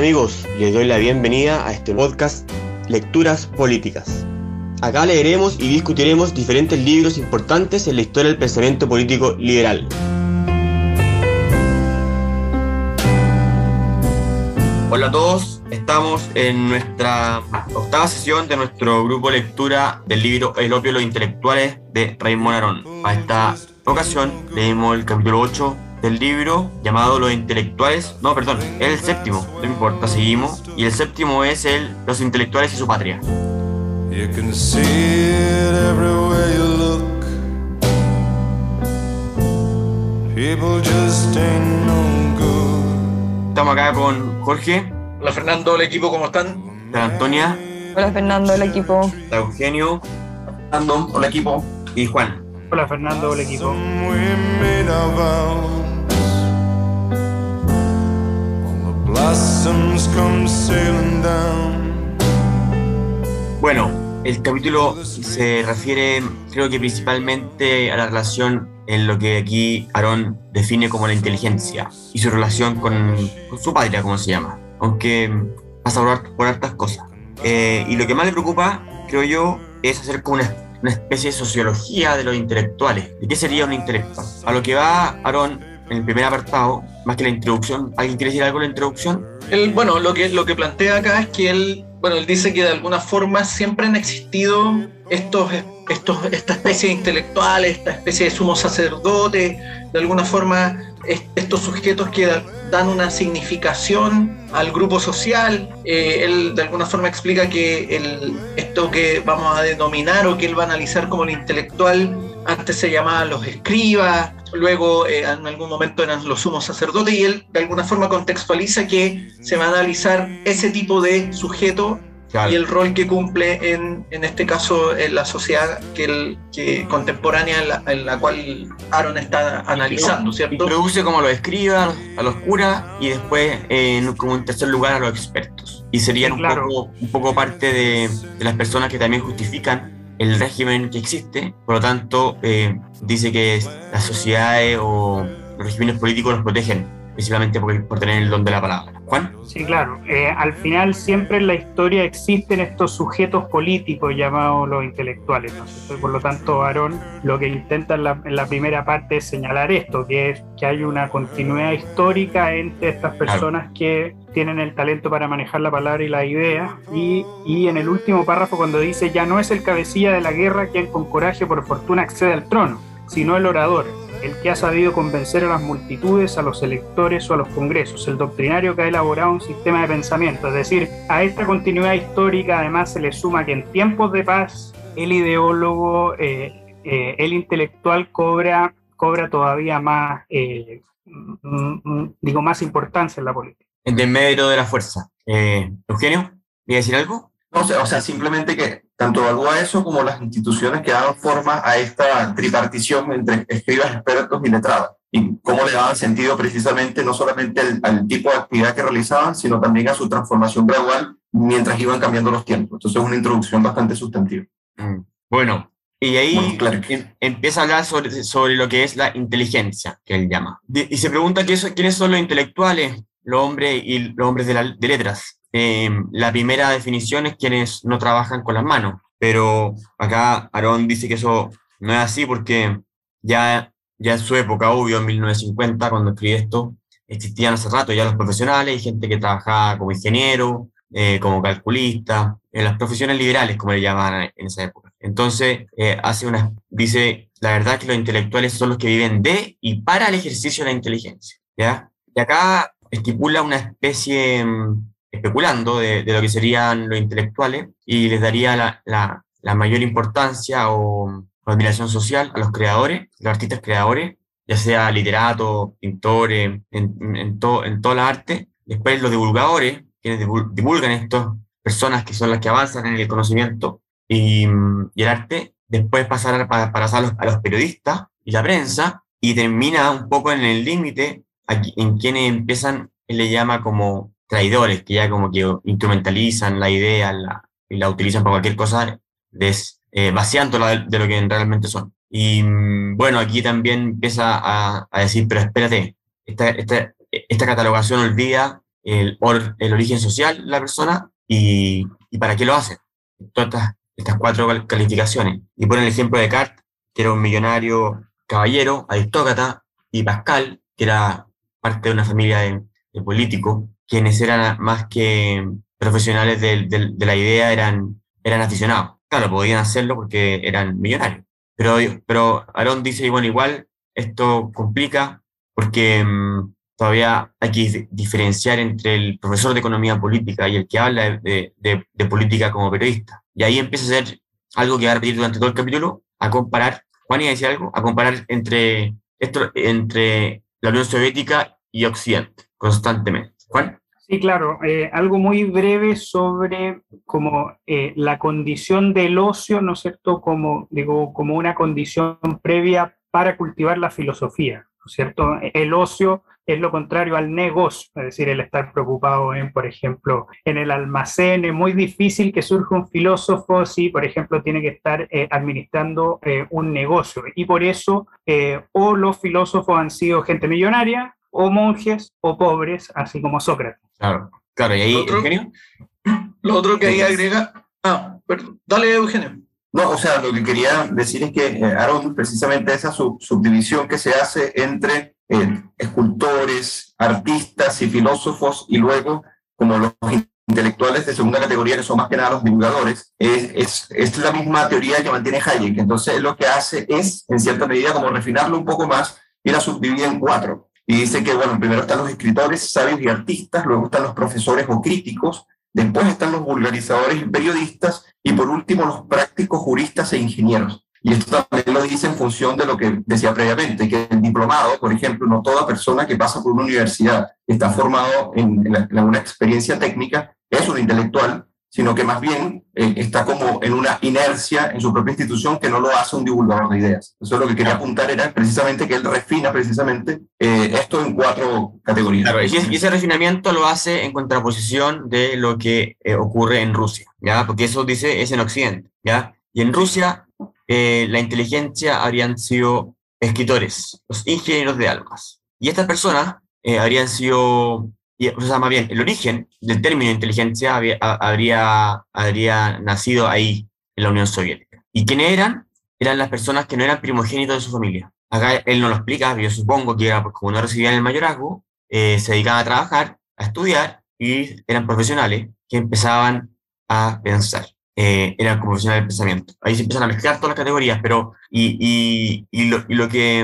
amigos, les doy la bienvenida a este podcast Lecturas Políticas. Acá leeremos y discutiremos diferentes libros importantes en la historia del pensamiento político liberal. Hola a todos, estamos en nuestra octava sesión de nuestro grupo de lectura del libro El opio de los intelectuales de Raymond Aron. A esta ocasión leímos el capítulo 8 del libro llamado Los intelectuales, es el séptimo, no importa, seguimos, y el séptimo es Los intelectuales y su patria. You can see it everywhere you look. People just ain't no good. Estamos acá con Jorge. Hola Fernando, el equipo, ¿cómo están? Está Antonia. Hola Fernando, el equipo. Está Eugenio. Fernando, hola equipo. Y Juan. Hola Fernando, el equipo. Some we made our vows. All the blossoms come sailing down. Bueno, el capítulo se refiere, creo que principalmente a la relación en lo que aquí Aron define como la inteligencia y su relación con su patria, como se llama, aunque pasa por hartas cosas. Y lo que más le preocupa, creo yo, es hacer como una especie de sociología de los intelectuales. ¿De qué sería un intelectual? A lo que va Aron en el primer apartado, más que la introducción. ¿Alguien quiere decir algo en la introducción? Lo que plantea acá es que él dice que de alguna forma siempre han existido esta especie de intelectuales, esta especie de sumos sacerdotes, de alguna forma estos sujetos que dan una significación al grupo social. Él de alguna forma explica que esto que vamos a denominar o que él va a analizar como el intelectual, antes se llamaban los escribas, luego en algún momento eran los sumos sacerdotes, y él de alguna forma contextualiza que se va a analizar ese tipo de sujeto. Claro. Y el rol que cumple en este caso en la sociedad que contemporánea en la cual Aron está analizando, ¿cierto? Introduce como a los escribas, a los curas, y después como en tercer lugar a los expertos. Y serían un poco parte de las personas que también justifican el régimen que existe. Por lo tanto, dice que las sociedades o los regímenes políticos los protegen, principalmente por tener el don de la palabra. ¿Juan? Sí, claro. Al final siempre en la historia existen estos sujetos políticos llamados los intelectuales, ¿no? Por lo tanto, Aron lo que intenta en la primera parte es señalar esto, que es que hay una continuidad histórica entre estas personas, claro, que tienen el talento para manejar la palabra y la idea, y en el último párrafo cuando dice: ya no es el cabecilla de la guerra quien con coraje por fortuna accede al trono, sino el orador, el que ha sabido convencer a las multitudes, a los electores o a los congresos, el doctrinario que ha elaborado un sistema de pensamiento. Es decir, a esta continuidad histórica además se le suma que en tiempos de paz el ideólogo, el intelectual cobra todavía más, más importancia en la política. En medio de la fuerza. Eugenio, ¿voy a decir algo? O sea, simplemente que tanto evalúa eso como las instituciones que daban forma a esta tripartición entre escribas, expertos y letrados, y cómo le daban sentido precisamente no solamente al tipo de actividad que realizaban, sino también a su transformación gradual mientras iban cambiando los tiempos. Entonces es una introducción bastante sustantiva. Bueno, y ahí claro. Empieza a hablar sobre lo que es la inteligencia, que él llama. Y se pregunta quiénes son los intelectuales, los hombres y los hombres de letras. La primera definición es quienes no trabajan con las manos, pero acá Aron dice que eso no es así, porque ya en su época, obvio, en 1950, cuando escribe esto, existían hace rato ya los profesionales y gente que trabajaba como ingeniero, como calculista, en las profesiones liberales, como le llamaban en esa época. Entonces, dice, la verdad es que los intelectuales son los que viven de y para el ejercicio de la inteligencia, ¿ya? Y acá estipula una especie, especulando de lo que serían los intelectuales, y les daría la mayor importancia o admiración social a los creadores, los artistas creadores, ya sea literatos, pintores, en toda la arte. Después los divulgadores, quienes divulgan estas personas que son las que avanzan en el conocimiento y el arte. Después pasar a los periodistas y la prensa, y termina un poco en el límite en quienes empiezan, él le llama como traidores, que ya como que instrumentalizan la idea y la utilizan para cualquier cosa, vaciándola de lo que realmente son. Y bueno, aquí también empieza a decir, pero espérate, esta catalogación olvida el origen social de la persona y para qué lo hace. Todas estas cuatro calificaciones. Y pone el ejemplo de Descartes, que era un millonario caballero, aristócrata, y Pascal, que era parte de una familia de políticos, quienes eran más que profesionales de la idea, eran aficionados. Claro, podían hacerlo porque eran millonarios. Pero Aarón dice, bueno, igual esto complica porque todavía hay que diferenciar entre el profesor de economía política y el que habla de política como periodista. Y ahí empieza a ser algo que va a repetir durante todo el capítulo, a comparar, Juan iba a decir algo, a comparar entre la Unión Soviética y Occidente, constantemente. Juan. Sí, claro, algo muy breve sobre como la condición del ocio, ¿no es cierto?, como una condición previa para cultivar la filosofía, ¿no es cierto? El ocio es lo contrario al negocio, es decir, el estar preocupado en, por ejemplo, en el almacén. Es muy difícil que surja un filósofo si, por ejemplo, tiene que estar administrando un negocio. Y por eso, o los filósofos han sido gente millonaria, o monjes, o pobres, así como Sócrates. Claro, y ahí, Eugenio. Lo otro que ahí agrega... perdón. Dale, Eugenio. No, o sea, lo que quería decir es que Aarón, precisamente esa subdivisión que se hace entre escultores, artistas y filósofos, y luego, como los intelectuales de segunda categoría, que son más que nada los divulgadores, es la misma teoría que mantiene Hayek. Entonces, lo que hace es, en cierta medida, como refinarlo un poco más y la subdivide en 4. Y dice que, bueno, primero están los escritores, sabios y artistas, luego están los profesores o críticos, después están los vulgarizadores y periodistas, y por último los prácticos juristas e ingenieros. Y esto también lo dice en función de lo que decía previamente, que el diplomado, por ejemplo, no toda persona que pasa por una universidad está formado en una experiencia técnica es un intelectual, sino que más bien está como en una inercia en su propia institución que no lo hace un divulgador de ideas. Eso es lo que quería apuntar, era precisamente que él refina precisamente esto en 4 categorías. Claro, y ese refinamiento lo hace en contraposición de lo que ocurre en Rusia, ¿ya? Porque eso dice es en Occidente, ¿ya? Y en Rusia la inteligencia habrían sido escritores, los ingenieros de almas. Y estas personas habrían sido... O sea, más bien, el origen del término inteligencia habría nacido ahí, en la Unión Soviética. ¿Y quiénes eran? Eran las personas que no eran primogénitos de su familia. Acá él no lo explica, pero yo supongo que era porque como no recibían el mayorazgo, se dedicaban a trabajar, a estudiar, y eran profesionales que empezaban a pensar. Eran como profesionales del pensamiento. Ahí se empiezan a mezclar todas las categorías, pero lo que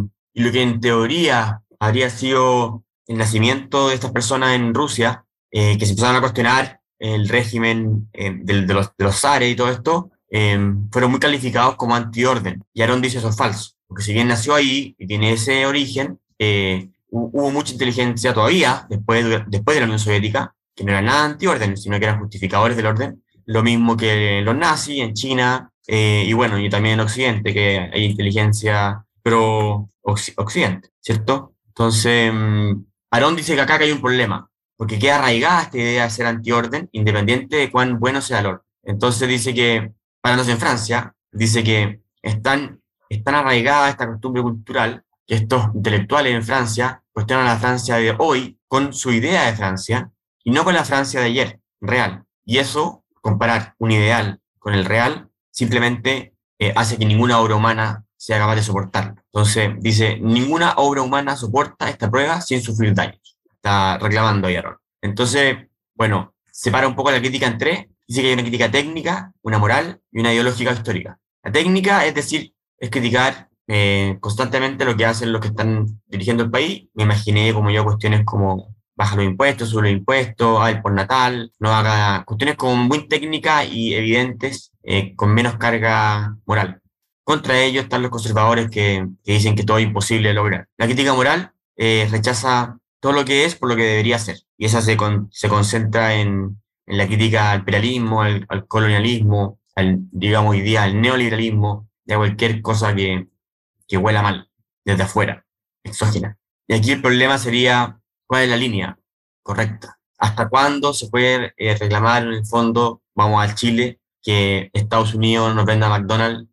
en teoría habría sido el nacimiento de estas personas en Rusia, que se empezaron a cuestionar el régimen de los zares y todo esto, fueron muy calificados como antiorden. Y Aarón dice eso es falso, porque si bien nació ahí y tiene ese origen, hubo mucha inteligencia todavía, después de la Unión Soviética, que no eran nada antiorden, sino que eran justificadores del orden, lo mismo que los nazis en China, y bueno, y también en Occidente, que hay inteligencia pro-Occidente, ¿cierto? Entonces... Aarón dice que acá hay un problema, porque queda arraigada esta idea de ser antiorden, independiente de cuán bueno sea el orden. Entonces dice que, parándose en Francia, dice que están arraigada esta costumbre cultural, que estos intelectuales en Francia cuestionan a la Francia de hoy con su idea de Francia, y no con la Francia de ayer, real. Y eso, comparar un ideal con el real, simplemente hace que ninguna obra humana sea capaz de soportarlo. Entonces, dice, ninguna obra humana soporta esta prueba sin sufrir daños. Está reclamando ahí Aarón. Entonces, bueno, separa un poco la crítica en 3. Dice que hay una crítica técnica, una moral y una ideológica histórica. La técnica, es decir, es criticar constantemente lo que hacen los que están dirigiendo el país. Me imaginé, como yo, cuestiones como baja los impuestos, sube los impuestos, el postnatal, no haga cuestiones como muy técnicas y evidentes, con menos carga moral. Contra ellos están los conservadores que dicen que todo es imposible de lograr. La crítica moral rechaza todo lo que es por lo que debería ser. Y esa se concentra en la crítica al imperialismo, al colonialismo, digamos hoy día al neoliberalismo, y a cualquier cosa que huela mal, desde afuera, exógena. Y aquí el problema sería, ¿cuál es la línea correcta? ¿Hasta cuándo se puede reclamar en el fondo, vamos al Chile, que Estados Unidos nos venda McDonald's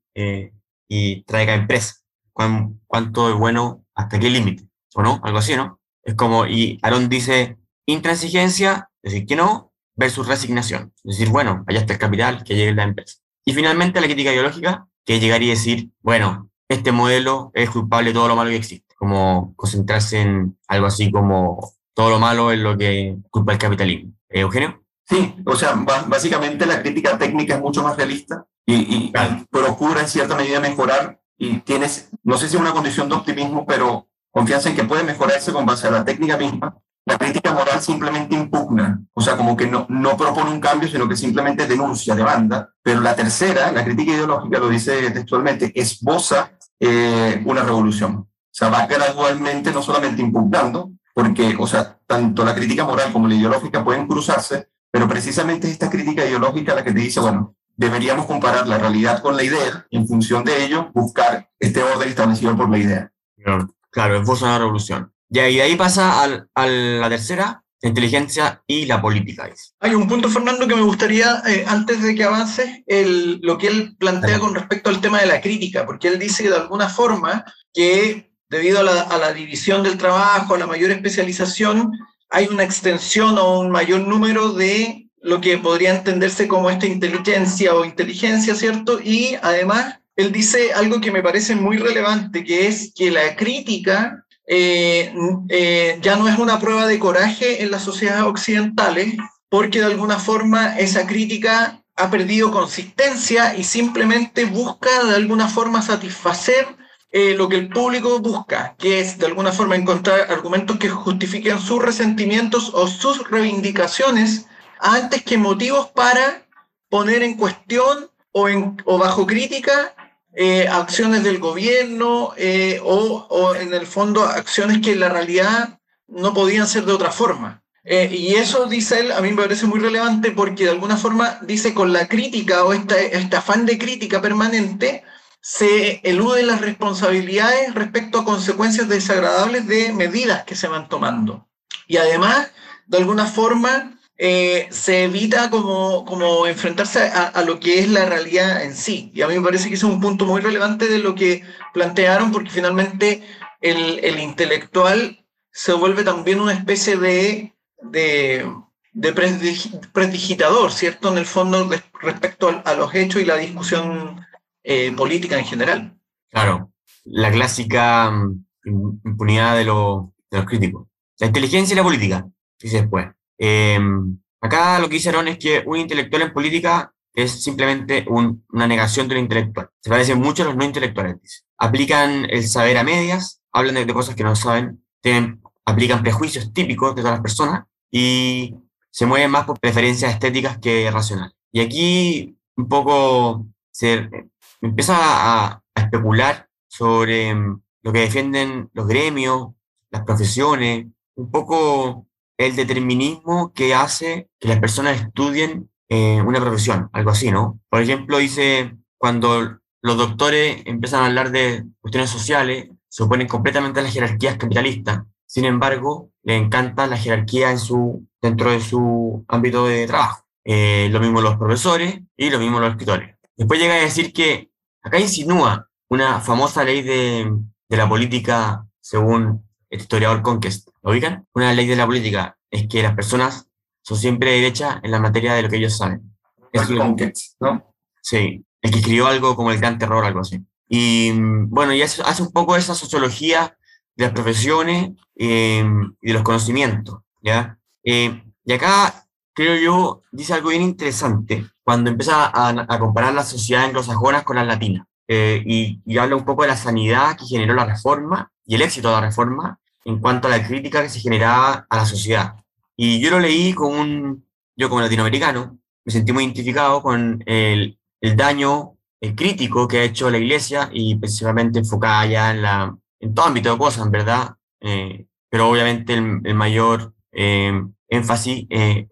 y traiga empresas? ¿Cuánto es bueno? ¿Hasta qué límite? ¿O no? Algo así, ¿no? Es como, y Aarón dice, intransigencia, decir que no, versus resignación, decir, bueno, allá está el capital, que llegue la empresa. Y finalmente la crítica ideológica, que es llegar y decir, bueno, este modelo es culpable de todo lo malo que existe, como concentrarse en algo así como todo lo malo es lo que culpa el capitalismo. ¿Eugenio? Sí, o sea, básicamente la crítica técnica es mucho más realista y Claro. procura en cierta medida mejorar y tienes, no sé si una condición de optimismo, pero confianza en que puede mejorarse con base a la técnica misma. La crítica moral simplemente impugna, o sea, como que no propone un cambio, sino que simplemente denuncia, demanda. Pero la tercera, la crítica ideológica, lo dice textualmente, esboza una revolución. O sea, va gradualmente, no solamente impugnando, porque, o sea, tanto la crítica moral como la ideológica pueden cruzarse, pero precisamente es esta crítica ideológica la que te dice, bueno, deberíamos comparar la realidad con la idea y en función de ello buscar este orden establecido por la idea. Claro, esboza una revolución. Ya, y de ahí pasa a la tercera, la inteligencia y la política. Dice. Hay un punto, Fernando, que me gustaría, antes de que avances, lo que él plantea con respecto al tema de la crítica, porque él dice de alguna forma que debido a la división del trabajo, a la mayor especialización, hay una extensión o un mayor número de lo que podría entenderse como esta inteligencia o inteligencia, ¿cierto? Y además, él dice algo que me parece muy relevante, que es que la crítica ya no es una prueba de coraje en las sociedades occidentales, porque de alguna forma esa crítica ha perdido consistencia y simplemente busca de alguna forma satisfacer lo que el público busca, que es de alguna forma encontrar argumentos que justifiquen sus resentimientos o sus reivindicaciones antes que motivos para poner en cuestión o bajo crítica acciones del gobierno o en el fondo acciones que en la realidad no podían ser de otra forma. Y eso, dice él, a mí me parece muy relevante porque de alguna forma dice con la crítica o este afán de crítica permanente se eluden las responsabilidades respecto a consecuencias desagradables de medidas que se van tomando. Y además, de alguna forma, se evita como enfrentarse a lo que es la realidad en sí. Y a mí me parece que ese es un punto muy relevante de lo que plantearon, porque finalmente el intelectual se vuelve también una especie de presdigitador, ¿cierto? En el fondo, respecto a los hechos y la discusión política en general. Claro, la clásica impunidad de los críticos. La inteligencia y la política, dice después. Acá lo que dice Aaron es que un intelectual en política es simplemente una negación de lo intelectual. Se parecen mucho a los no intelectuales, dice. Aplican el saber a medias, hablan de cosas que no saben, aplican prejuicios típicos de todas las personas y se mueven más por preferencias estéticas que racionales. Y aquí un poco se empieza a especular sobre lo que defienden los gremios, las profesiones, un poco el determinismo que hace que las personas estudien una profesión, algo así, ¿no? Por ejemplo, dice, cuando los doctores empiezan a hablar de cuestiones sociales, se oponen completamente a las jerarquías capitalistas, sin embargo, le encanta la jerarquía dentro de su ámbito de trabajo. Lo mismo los profesores y lo mismo los escritores. Después llega a decir que acá insinúa una famosa ley de la política según el historiador Conquest. ¿Lo ubican? Una ley de la política es que las personas son siempre derechas en la materia de lo que ellos saben. Conquest, ¿no? Sí, el que escribió algo como el Gran Terror, algo así. Y bueno, y hace un poco esa sociología de las profesiones y de los conocimientos, ¿ya? Y acá, creo yo, dice algo bien interesante cuando empieza a comparar las sociedades anglosajonas con las latinas. Y habla un poco de la sanidad que generó la reforma y el éxito de la reforma en cuanto a la crítica que se generaba a la sociedad. Y yo lo leí yo como latinoamericano, me sentí muy identificado con el daño crítico que ha hecho la Iglesia y principalmente enfocada ya en todo ámbito de cosas, en verdad, pero obviamente el mayor énfasis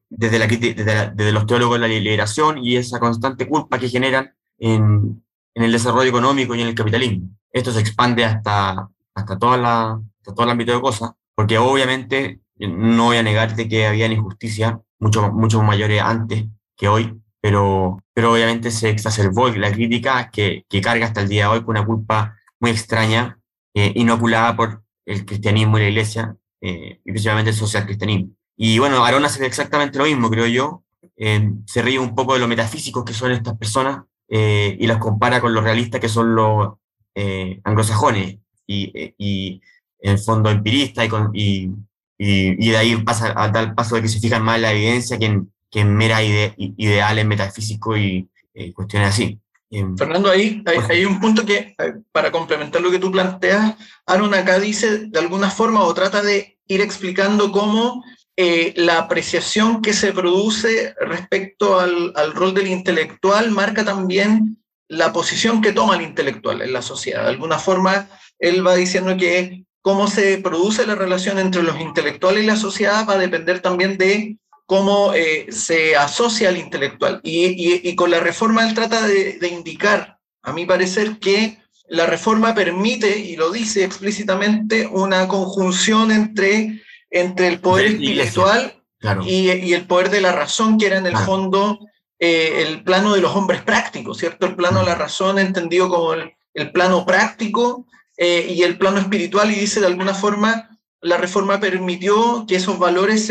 desde los teólogos de la liberación y esa constante culpa que generan en el desarrollo económico y en el capitalismo. Esto se expande hasta todo el ámbito de cosas, porque obviamente no voy a negarte que había injusticia mucho mayores antes que hoy, pero obviamente se exacerbó la crítica que carga hasta el día de hoy con una culpa muy extraña, inoculada por el cristianismo y la iglesia, y principalmente el social cristianismo. Y bueno, Aaron hace exactamente lo mismo, creo yo. Se ríe un poco de lo metafísicos que son estas personas y las compara con los realistas que son los anglosajones y en el fondo empiristas y de ahí pasa a tal paso de que se fijan más en la evidencia que en mera ideales metafísicos y cuestiones así. Fernando, hay un punto que, para complementar lo que tú planteas, Aaron acá dice de alguna forma o trata de ir explicando cómo la apreciación que se produce respecto al rol del intelectual marca también la posición que toma el intelectual en la sociedad. De alguna forma, él va diciendo que cómo se produce la relación entre los intelectuales y la sociedad va a depender también de cómo se asocia al intelectual. Y con la reforma él trata de indicar, a mi parecer, que la reforma permite, y lo dice explícitamente, una conjunción entre el poder espiritual claro, y el poder de la razón, que era en el fondo el plano de los hombres prácticos, ¿cierto? El plano de la razón entendido como el plano práctico y el plano espiritual, y dice de alguna forma, la reforma permitió que esos valores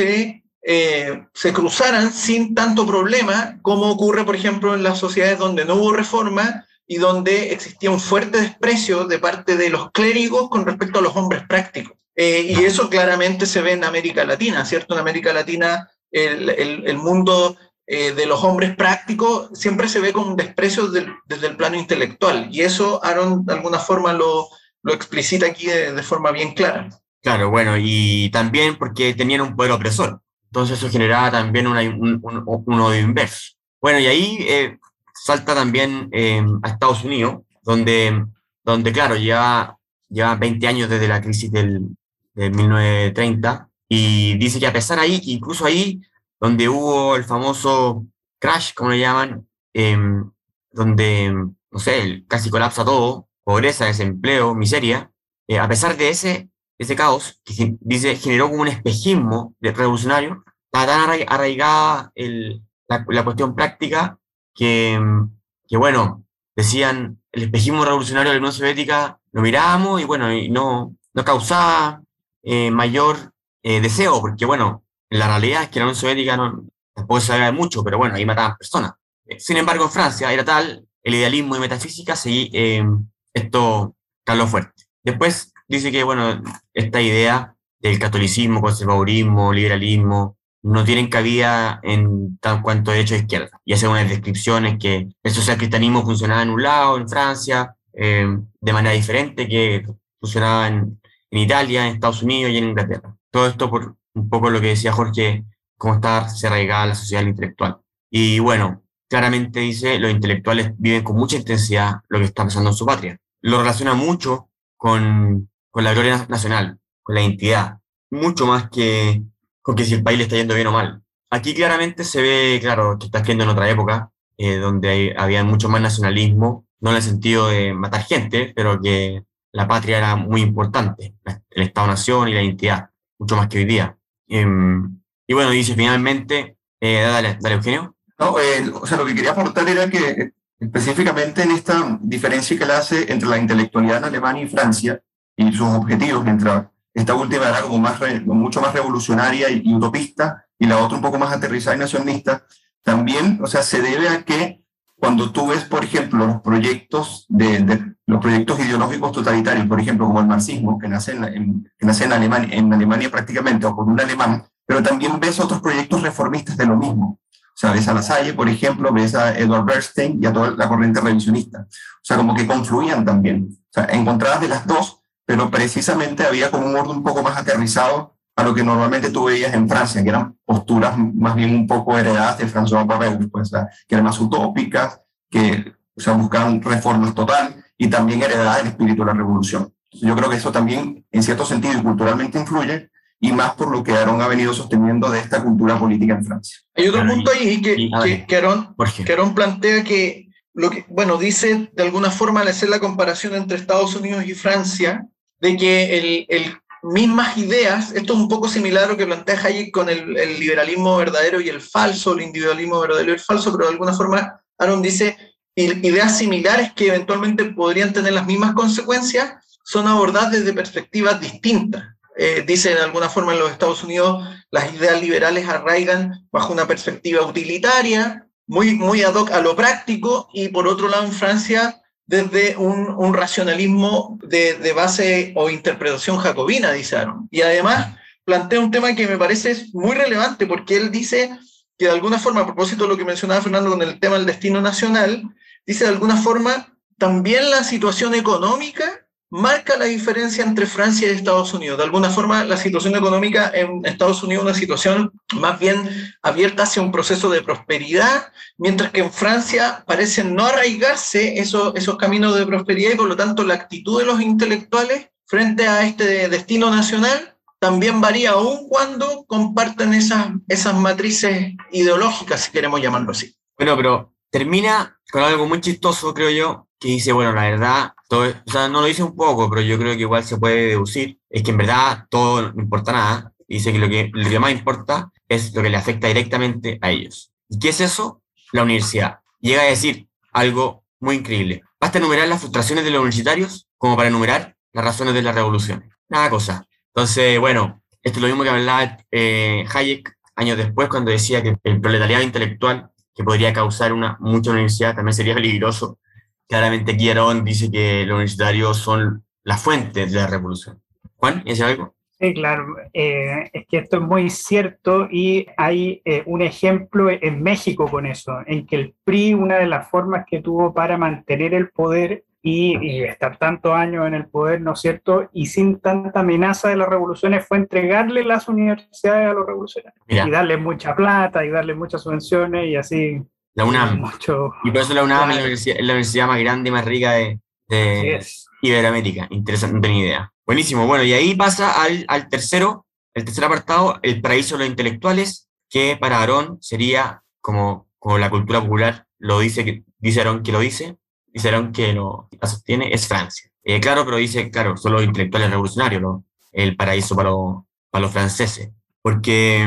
se cruzaran sin tanto problema, como ocurre, por ejemplo, en las sociedades donde no hubo reforma y donde existía un fuerte desprecio de parte de los clérigos con respecto a los hombres prácticos. Y eso claramente se ve en América Latina, ¿cierto? En América Latina el mundo de los hombres prácticos siempre se ve con un desprecio desde el plano intelectual, y eso Aaron de alguna forma lo explicita aquí de forma bien clara. Claro, bueno, y también porque tenían un poder opresor, entonces eso generaba también un odio inverso. Bueno, y ahí salta también a Estados Unidos, donde claro, lleva 20 años desde la crisis de 1930, y dice que a pesar ahí, que incluso ahí, donde hubo el famoso crash, como le llaman, donde, no sé, casi colapsa todo, pobreza, desempleo, miseria, a pesar de ese caos, que dice, generó como un espejismo revolucionario, está tan arraigada la cuestión práctica que, bueno, decían, el espejismo revolucionario de la Unión Soviética lo mirábamos y bueno, y no causaba mayor deseo, porque bueno, la realidad es que la Unión Soviética tampoco se sabe mucho, pero bueno, ahí mataban personas. Sin embargo, en Francia era tal el idealismo y metafísica, esto caló fuerte. Después dice que, bueno, esta idea del catolicismo, conservadurismo, liberalismo, no tienen cabida en tan cuanto derecho de izquierda. Y hace unas descripciones que el socialcristianismo funcionaba en un lado, en Francia, de manera diferente que funcionaba en Italia, en Estados Unidos y en Inglaterra. Todo esto por un poco lo que decía Jorge, cómo está arraigada la sociedad intelectual. Y bueno, claramente dice, los intelectuales viven con mucha intensidad lo que está pasando en su patria. Lo relaciona mucho con la gloria nacional, con la identidad, mucho más que con que si el país le está yendo bien o mal. Aquí claramente se ve, claro, que está escribiendo en otra época, donde había mucho más nacionalismo, no en el sentido de matar gente, pero que la patria era muy importante, el Estado-Nación y la identidad, mucho más que hoy día. Y bueno, dice finalmente, dale, Eugenio. No, o sea, lo que quería aportar era que específicamente en esta diferencia que él hace entre la intelectualidad en Alemania y Francia y sus objetivos, mientras esta última era como mucho más revolucionaria y utopista, y la otra un poco más aterrizada y nacionalista, también, o sea, se debe a que cuando tú ves, por ejemplo, los proyectos ideológicos totalitarios, por ejemplo, como el marxismo, que nace en Alemania prácticamente, o con un alemán, pero también ves otros proyectos reformistas de lo mismo. O sea, ves a La Salle, por ejemplo, ves a Edward Bernstein y a toda la corriente revisionista. O sea, como que confluían también. O sea, encontradas de las dos, pero precisamente había como un orden un poco más aterrizado a lo que normalmente tú veías en Francia, que eran posturas más bien un poco heredadas de François Babel, pues, que eran más utópicas, que buscaban reformas total y también heredadas del espíritu de la revolución. Yo creo que eso también, en cierto sentido y culturalmente, influye, y más por lo que Aaron ha venido sosteniendo de esta cultura política en Francia. Hay otro punto ahí que Aaron plantea que, bueno, dice de alguna forma al hacer la comparación entre Estados Unidos y Francia, de que mismas ideas, esto es un poco similar a lo que plantea Hayek con el liberalismo verdadero y el falso, el individualismo verdadero y el falso, pero de alguna forma Aaron dice ideas similares que eventualmente podrían tener las mismas consecuencias, son abordadas desde perspectivas distintas. dice de alguna forma en los Estados Unidos las ideas liberales arraigan bajo una perspectiva utilitaria, muy ad hoc a lo práctico, y por otro lado en Francia desde un racionalismo de base o interpretación jacobina, dice Aron. Y además plantea un tema que me parece muy relevante, porque él dice que de alguna forma, a propósito de lo que mencionaba Fernando con el tema del destino nacional, dice de alguna forma, también la situación económica marca la diferencia entre Francia y Estados Unidos. De alguna forma, la situación económica en Estados Unidos es una situación más bien abierta hacia un proceso de prosperidad, mientras que en Francia parecen no arraigarse esos caminos de prosperidad, y por lo tanto la actitud de los intelectuales frente a este destino nacional también varía, aun cuando comparten esas matrices ideológicas, si queremos llamarlo así. Bueno, pero termina con algo muy chistoso, creo yo, que dice, bueno, la verdad, todo, o sea, no lo dice un poco, pero yo creo que igual se puede deducir, es que en verdad todo no importa nada. Dice que lo que más importa es lo que le afecta directamente a ellos. ¿Y qué es eso? La universidad. Llega a decir algo muy increíble. Basta enumerar las frustraciones de los universitarios como para enumerar las razones de la revolución. Nada cosa. Entonces, bueno, esto es lo mismo que hablaba Hayek años después, cuando decía que el proletariado intelectual que podría causar mucha universidad también sería peligroso. Claramente aquí Aron dice que los universitarios son la fuente de la revolución. Juan, ¿es algo? Sí, claro. Es que esto es muy cierto, y hay un ejemplo en México con eso, en que el PRI, una de las formas que tuvo para mantener el poder y estar tantos años en el poder, ¿no es cierto?, y sin tanta amenaza de las revoluciones, fue entregarle las universidades a los revolucionarios. Mira. Y darle mucha plata y darle muchas subvenciones y así. La UNAM. Y por eso la UNAM es la universidad más grande y más rica de Iberoamérica. Interesante, no tenía idea. Buenísimo. Bueno, y ahí pasa al tercer apartado, el paraíso de los intelectuales, que para Aron sería como la cultura popular lo dice Aron que lo dice. Dice Aron que lo sostiene, es Francia. Claro, pero dice, claro, son los intelectuales revolucionarios, ¿no? El paraíso para los franceses. Porque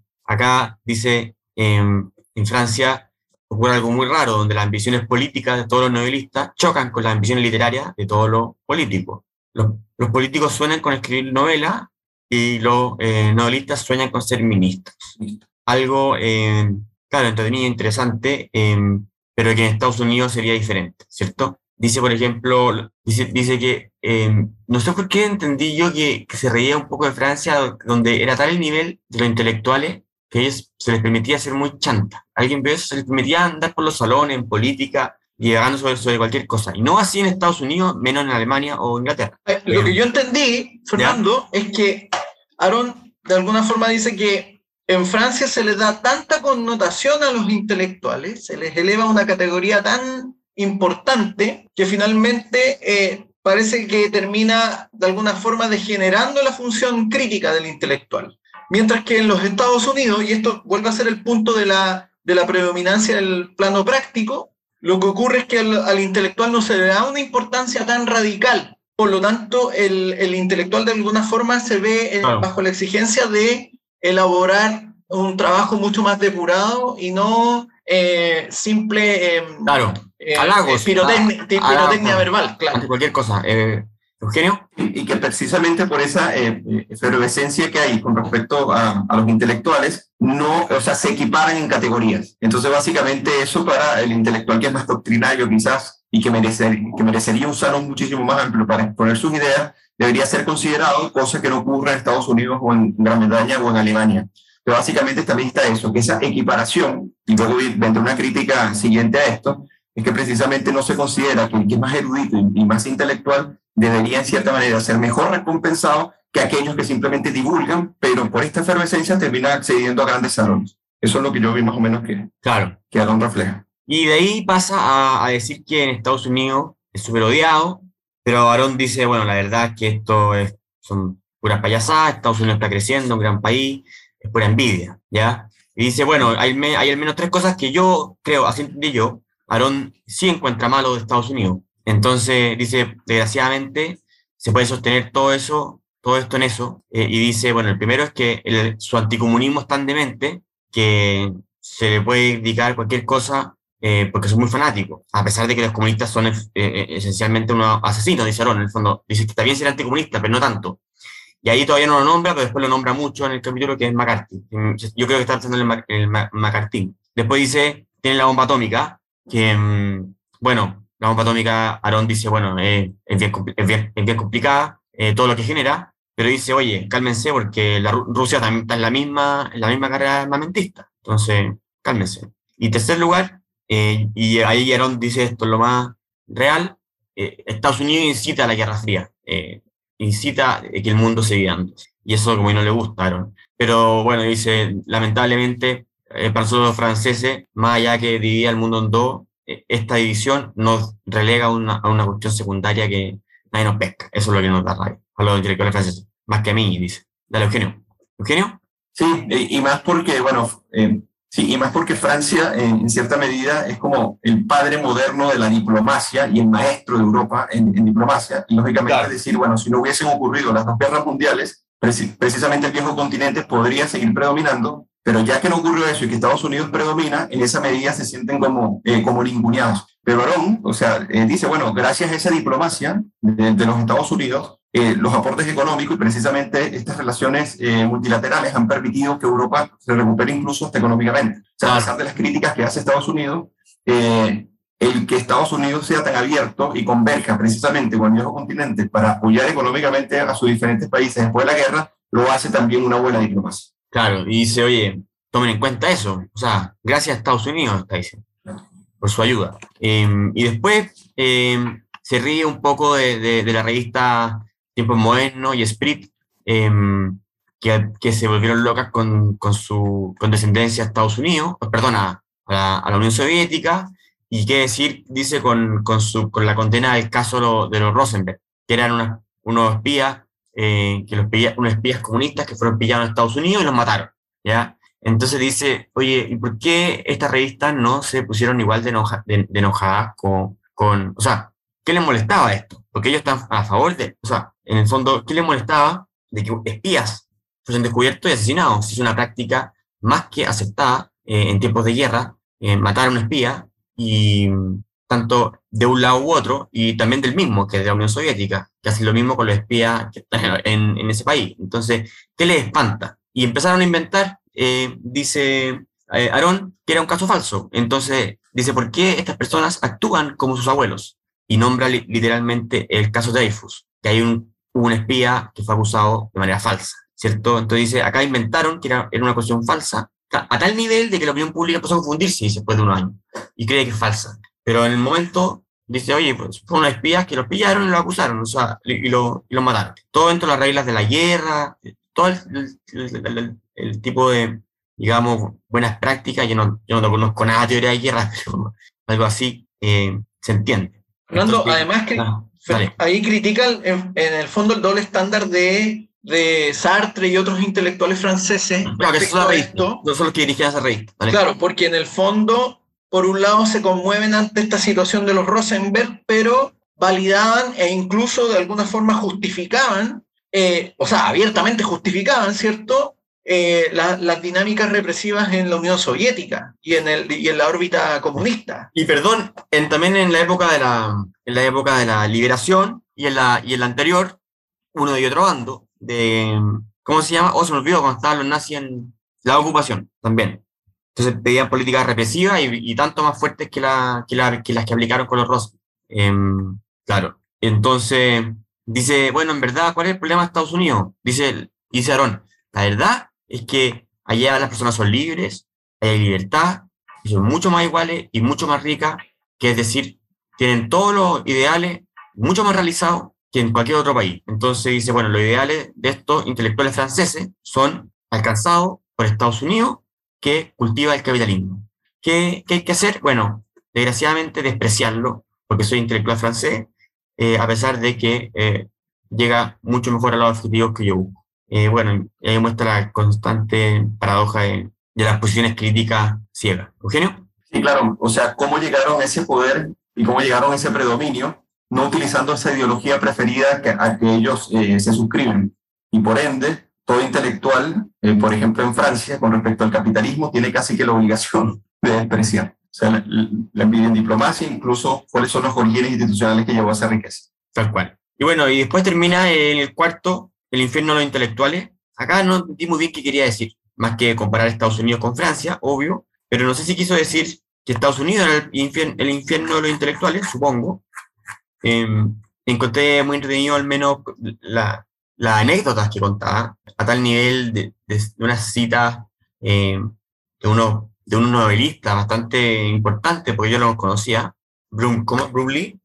acá dice, en Francia ocurre algo muy raro, donde las ambiciones políticas de todos los novelistas chocan con las ambiciones literarias de todos los políticos. Los políticos sueñan con escribir novelas y los novelistas sueñan con ser ministros. Algo, claro, entretenido, interesante, pero que en Estados Unidos sería diferente, ¿cierto? Dice, por ejemplo, dice que, no sé por qué entendí yo que se reía un poco de Francia, donde era tal el nivel de los intelectuales que a ellos se les permitía ser muy chanta. Alguien ve eso, se les permitía andar por los salones, en política, y llegando sobre cualquier cosa. Y no así en Estados Unidos, menos en Alemania o Inglaterra. Lo que yo entendí, Fernando, ¿ya? Es que Aron de alguna forma dice que en Francia se les da tanta connotación a los intelectuales, se les eleva una categoría tan importante que finalmente parece que termina de alguna forma degenerando la función crítica del intelectual. Mientras que en los Estados Unidos, y esto vuelve a ser el punto de la predominancia del plano práctico, lo que ocurre es que al intelectual no se le da una importancia tan radical. Por lo tanto, el intelectual de alguna forma se ve bajo la exigencia de elaborar un trabajo mucho más depurado y no simple halagos, pirotecnia verbal, claro. Ante cualquier cosa. Eugenio. Y que precisamente por esa efervescencia que hay con respecto a los intelectuales, se equiparan en categorías. Entonces, básicamente eso para el intelectual que es más doctrinario quizás y que merecería un salón muchísimo más amplio para exponer sus ideas, debería ser considerado, cosa que no ocurre en Estados Unidos o en Gran Bretaña o en Alemania. Pero básicamente también está eso, que esa equiparación, y luego vendrá una crítica siguiente a esto, es que precisamente no se considera que el que es más erudito y más intelectual debería en cierta manera ser mejor recompensado que aquellos que simplemente divulgan, pero por esta efervescencia terminan accediendo a grandes salones. Eso es lo que yo vi más o menos que Aron refleja. Y de ahí pasa a decir que en Estados Unidos es súper odiado, pero Aron dice, bueno, la verdad es que son puras payasadas, Estados Unidos está creciendo, un gran país, es pura envidia, ¿ya? Y dice, bueno, hay al menos tres cosas que yo creo, así entendí yo, Aron sí encuentra malo de Estados Unidos. Entonces dice, desgraciadamente, se puede sostener todo esto en eso, y dice, bueno, el primero es que su anticomunismo es tan demente que se le puede indicar cualquier cosa porque son muy fanáticos, a pesar de que los comunistas son esencialmente unos asesinos, dice Aron, en el fondo, dice que está bien ser anticomunista, pero no tanto. Y ahí todavía no lo nombra, pero después lo nombra mucho en el capítulo, que es McCarthy. Yo creo que está pensando en el McCarthy. Después dice, tiene la bomba atómica, que, bueno, la bomba atómica, Aarón dice, bueno, es bien complicada, todo lo que genera, pero dice, oye, cálmense, porque Rusia también está en la misma carrera armamentista. Entonces, cálmense. Y tercer lugar, y ahí Aarón dice esto, lo más real, Estados Unidos incita a la Guerra Fría, incita que el mundo se divida. Y eso como que no le gusta a Aarón. Pero bueno, dice, lamentablemente, para nosotros los franceses, más allá que dividía el mundo en dos, esta división nos relega a una cuestión secundaria que nadie nos pesca. Eso es lo que nos da rabia a los intelectuales franceses. Más que a mí, dice. Dale, Eugenio. ¿Eugenio? Sí, y más porque, bueno, sí, y más porque Francia, en cierta medida, es como el padre moderno de la diplomacia y el maestro de Europa en diplomacia. Y lógicamente, claro, es decir, bueno, si no hubiesen ocurrido las dos guerras mundiales, precisamente el viejo continente podría seguir predominando, pero ya que no ocurrió eso y que Estados Unidos predomina, en esa medida se sienten como ninguneados. Pero Aarón, o sea, dice, bueno, gracias a esa diplomacia de los Estados Unidos, los aportes económicos y precisamente estas relaciones multilaterales han permitido que Europa se recupere incluso hasta económicamente. O sea, a pesar de las críticas que hace Estados Unidos, el que Estados Unidos sea tan abierto y converja precisamente con el viejo continente para apoyar económicamente a sus diferentes países después de la guerra, lo hace también una buena diplomacia. Claro, y dice, oye, tomen en cuenta eso. O sea, gracias a Estados Unidos, está diciendo, por su ayuda. Y después se ríe un poco de la revista Tiempos Modernos y Esprit, que se volvieron locas con descendencia a Estados Unidos, perdón, a la Unión Soviética, y qué decir, dice, con la condena del caso de los Rosenberg, que eran unos espías, unos espías comunistas que fueron pillados en Estados Unidos y los mataron, ¿ya? Entonces dice, oye, ¿y por qué estas revistas no se pusieron igual de enojadas o sea, ¿qué les molestaba esto? Porque ellos están a favor o sea, en el fondo, ¿qué les molestaba de que espías fuesen descubiertos y asesinados? Es una práctica más que aceptada en tiempos de guerra, matar a un espía, y tanto de un lado u otro, y también del mismo, que es de la Unión Soviética, que hacen lo mismo con los espías que están en ese país. Entonces, ¿qué les espanta? Y empezaron a inventar, dice Aarón, que era un caso falso. Entonces, dice, ¿por qué estas personas actúan como sus abuelos? Y nombra literalmente el caso Dreyfus, que hay un espía que fue acusado de manera falsa, ¿cierto? Entonces dice, acá inventaron que era una cuestión falsa, a tal nivel de que la opinión pública empezó a confundirse después de unos años, y cree que es falsa. Pero en el momento dice, oye, pues fueron unos espías que los pillaron y los acusaron, o sea, y los mataron. Todo dentro de las reglas de la guerra, todo el tipo de, digamos, buenas prácticas. Yo no conozco nada de teoría de guerra, pero algo así se entiende. Fernando, además que ahí critican en el fondo el doble estándar de Sartre y otros intelectuales franceses. Claro, que eso es esto. No son los que dirigían esa revista. ¿Vale? Claro, porque en el fondo, por un lado, se conmueven ante esta situación de los Rosenberg, pero validaban e incluso de alguna forma justificaban, o sea, abiertamente justificaban, ¿cierto?, las dinámicas represivas en la Unión Soviética y en la órbita comunista. Y perdón, también en la época de la liberación y en la anterior, uno y otro bando, ¿cómo se llama? Se me olvidó, cuando estaban los nazis en la ocupación, también. Entonces pedían políticas represivas y tanto más fuertes que las que aplicaron con los Ross. Claro. Entonces, dice, bueno, en verdad, ¿cuál es el problema de Estados Unidos? Dice Aarón, la verdad es que allá las personas son libres, hay libertad, y son mucho más iguales y mucho más ricas, que es decir, tienen todos los ideales mucho más realizados que en cualquier otro país. Entonces dice, bueno, los ideales de estos intelectuales franceses son alcanzados por Estados Unidos, que cultiva el capitalismo. ¿Qué hay que hacer? Bueno, desgraciadamente despreciarlo, porque soy intelectual francés, a pesar de que llega mucho mejor a los objetivos que yo busco. Bueno, ahí muestra la constante paradoja de las posiciones críticas ciegas. ¿Eugenio? Sí, claro. O sea, cómo llegaron a ese poder y cómo llegaron a ese predominio, no utilizando esa ideología preferida a que ellos se suscriben. Y por ende, todo intelectual, por ejemplo en Francia, con respecto al capitalismo, tiene casi que la obligación de despreciar. O sea, la envidia en diplomacia, incluso cuáles son los orígenes institucionales que llevó a esa riqueza. Tal cual. Y bueno, y después termina en el cuarto, el infierno de los intelectuales. Acá no entendí muy bien qué quería decir, más que comparar Estados Unidos con Francia, obvio, pero no sé si quiso decir que Estados Unidos era el infierno de los intelectuales, supongo. Encontré muy entretenido al menos las anécdotas que contaba, a tal nivel de unas citas de un novelista bastante importante, porque yo no los conocía, Brumley,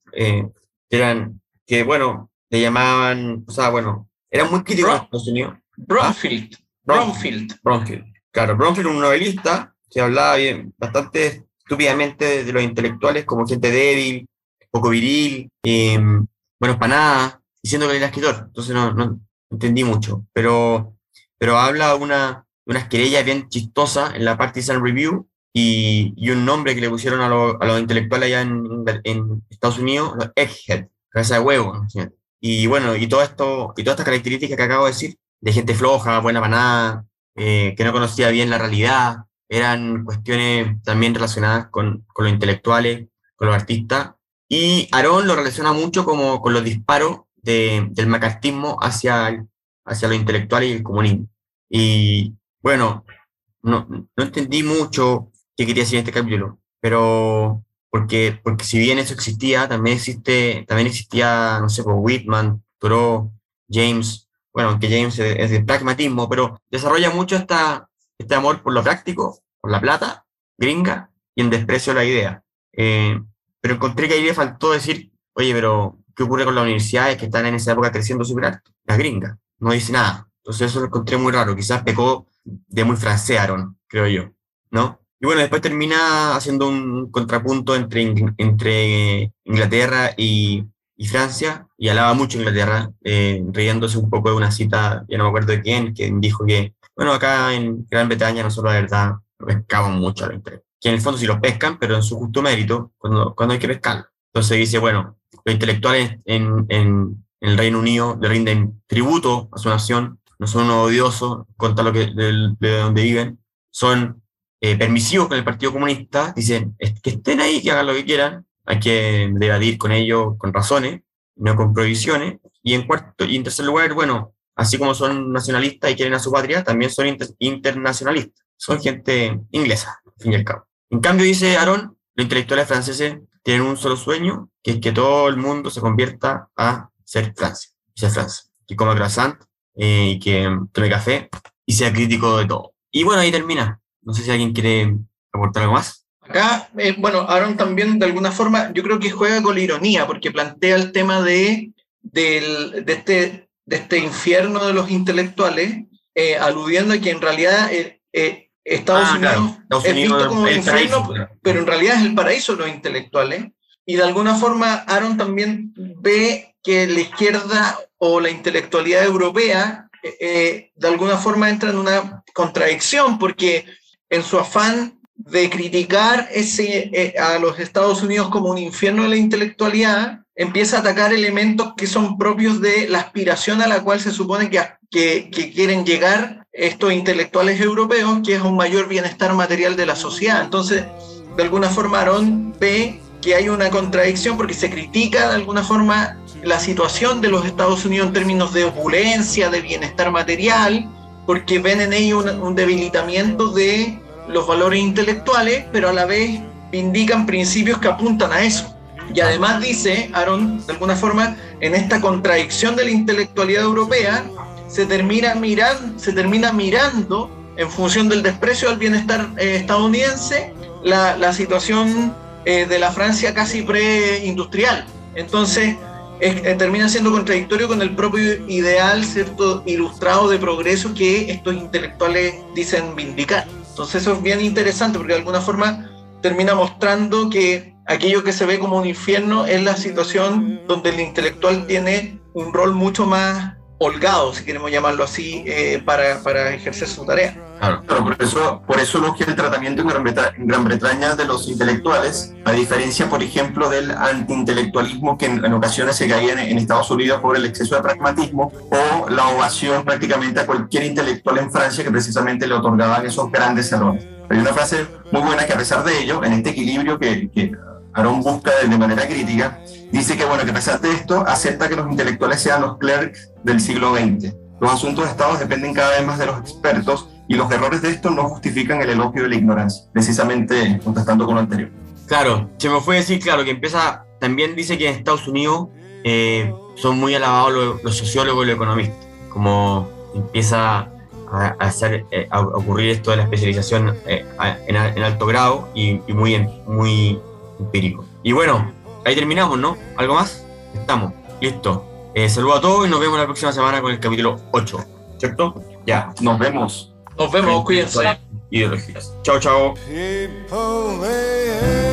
que bueno, le llamaban, o sea, bueno, eran muy críticos en Estados Unidos. Bromfield. Claro, Bromfield, un novelista que hablaba bastante estúpidamente de los intelectuales como gente débil, poco viril, buenos para nada, diciendo que era escritor. Entonces no entendí mucho, pero habla de unas querellas bien chistosas en la Partisan Review y un nombre que le pusieron a los intelectuales allá en Estados Unidos, los egghead, cabeza de huevo, ¿no? Y bueno, y todas estas características que acabo de decir, de gente floja, buena para nada, que no conocía bien la realidad, eran cuestiones también relacionadas con los intelectuales, con los artistas, y Aron lo relaciona mucho como con los disparos del macartismo hacia los intelectuales y el comunismo. Y bueno, no entendí mucho qué quería decir en este capítulo, pero porque si bien eso existía, también existía, no sé, Whitman, Thoreau, James, bueno, aunque James es de pragmatismo, pero desarrolla mucho este amor por lo práctico, por la plata gringa y en desprecio a la idea. Pero encontré que ahí le faltó decir, oye, pero ¿qué ocurre con las universidades que están en esa época creciendo súper alto? Las gringas, no dice nada. Entonces eso lo encontré muy raro, quizás pecó de muy francearon, creo yo, ¿no? Y bueno, después termina haciendo un contrapunto entre Inglaterra y Francia, y alaba mucho Inglaterra, riéndose un poco de una cita, ya no me acuerdo de quién, que dijo que, bueno, acá en Gran Bretaña nosotros la verdad pescaban mucho a los intelectuales, que en el fondo sí los pescan, pero en su justo mérito, cuando hay que pescarlo. Entonces dice, bueno, los intelectuales en el Reino Unido le rinden tributo a su nación, no son unos odiosos contra de donde viven, son permisivos con el Partido Comunista, dicen que estén ahí, que hagan lo que quieran, hay que debatir con ellos con razones, no con prohibiciones, y en tercer lugar, bueno, así como son nacionalistas y quieren a su patria, también son internacionalistas, son gente inglesa, al fin y al cabo. En cambio, dice Aron, los intelectuales franceses tienen un solo sueño, que es que todo el mundo se convierta a ser Francia, que coma croissant, y que tome café, y sea crítico de todo. Y bueno, ahí termina. No sé si alguien quiere aportar algo más. Acá, bueno, Aron también de alguna forma, yo creo que juega con la ironía, porque plantea el tema de este infierno de los intelectuales, aludiendo a que en realidad Estados Unidos es visto como el infierno, paraíso, pero en realidad es el paraíso de los intelectuales. Y de alguna forma Aron también ve que la izquierda o la intelectualidad europea de alguna forma entra en una contradicción, porque en su afán de criticar a los Estados Unidos como un infierno de la intelectualidad, empieza a atacar elementos que son propios de la aspiración a la cual se supone que quieren llegar estos intelectuales europeos, que es un mayor bienestar material de la sociedad. Entonces, de alguna forma, Aron ve que hay una contradicción porque se critica de alguna forma la situación de los Estados Unidos en términos de opulencia, de bienestar material, porque ven en ello un debilitamiento de los valores intelectuales, pero a la vez vindican principios que apuntan a eso. Y además dice, Aron, de alguna forma, en esta contradicción de la intelectualidad europea, se termina mirando, en función del desprecio al bienestar estadounidense, la situación de la Francia casi preindustrial. Entonces, termina siendo contradictorio con el propio ideal, ¿cierto?, ilustrado de progreso que estos intelectuales dicen vindicar. Entonces eso es bien interesante porque de alguna forma termina mostrando que aquello que se ve como un infierno es la situación donde el intelectual tiene un rol mucho más holgado, si queremos llamarlo así, para ejercer su tarea. Claro, por eso elogia el tratamiento en Gran Bretaña de los intelectuales, a diferencia, por ejemplo, del antiintelectualismo que en ocasiones se caía en Estados Unidos por el exceso de pragmatismo, o la ovación prácticamente a cualquier intelectual en Francia que precisamente le otorgaban esos grandes salones. Hay una frase muy buena que, a pesar de ello, en este equilibrio que Aron busca de manera crítica, dice que, bueno, que a pesar de esto acepta que los intelectuales sean los clerks del siglo XX. Los asuntos de Estado dependen cada vez más de los expertos y los errores de estos no justifican el elogio de la ignorancia, precisamente contestando con lo anterior. Claro, se me fue decir, claro, que empieza, también dice que en Estados Unidos son muy alabados los sociólogos y los economistas, como empieza a ocurrir esto de la especialización en alto grado y muy empírico. Y bueno, ahí terminamos, ¿no? ¿Algo más? Estamos, listo. Saludos a todos y nos vemos la próxima semana con el capítulo 8, ¿cierto? Ya. Nos vemos. Nos vemos, cuídense. Ideologías. Chao, chao. People, they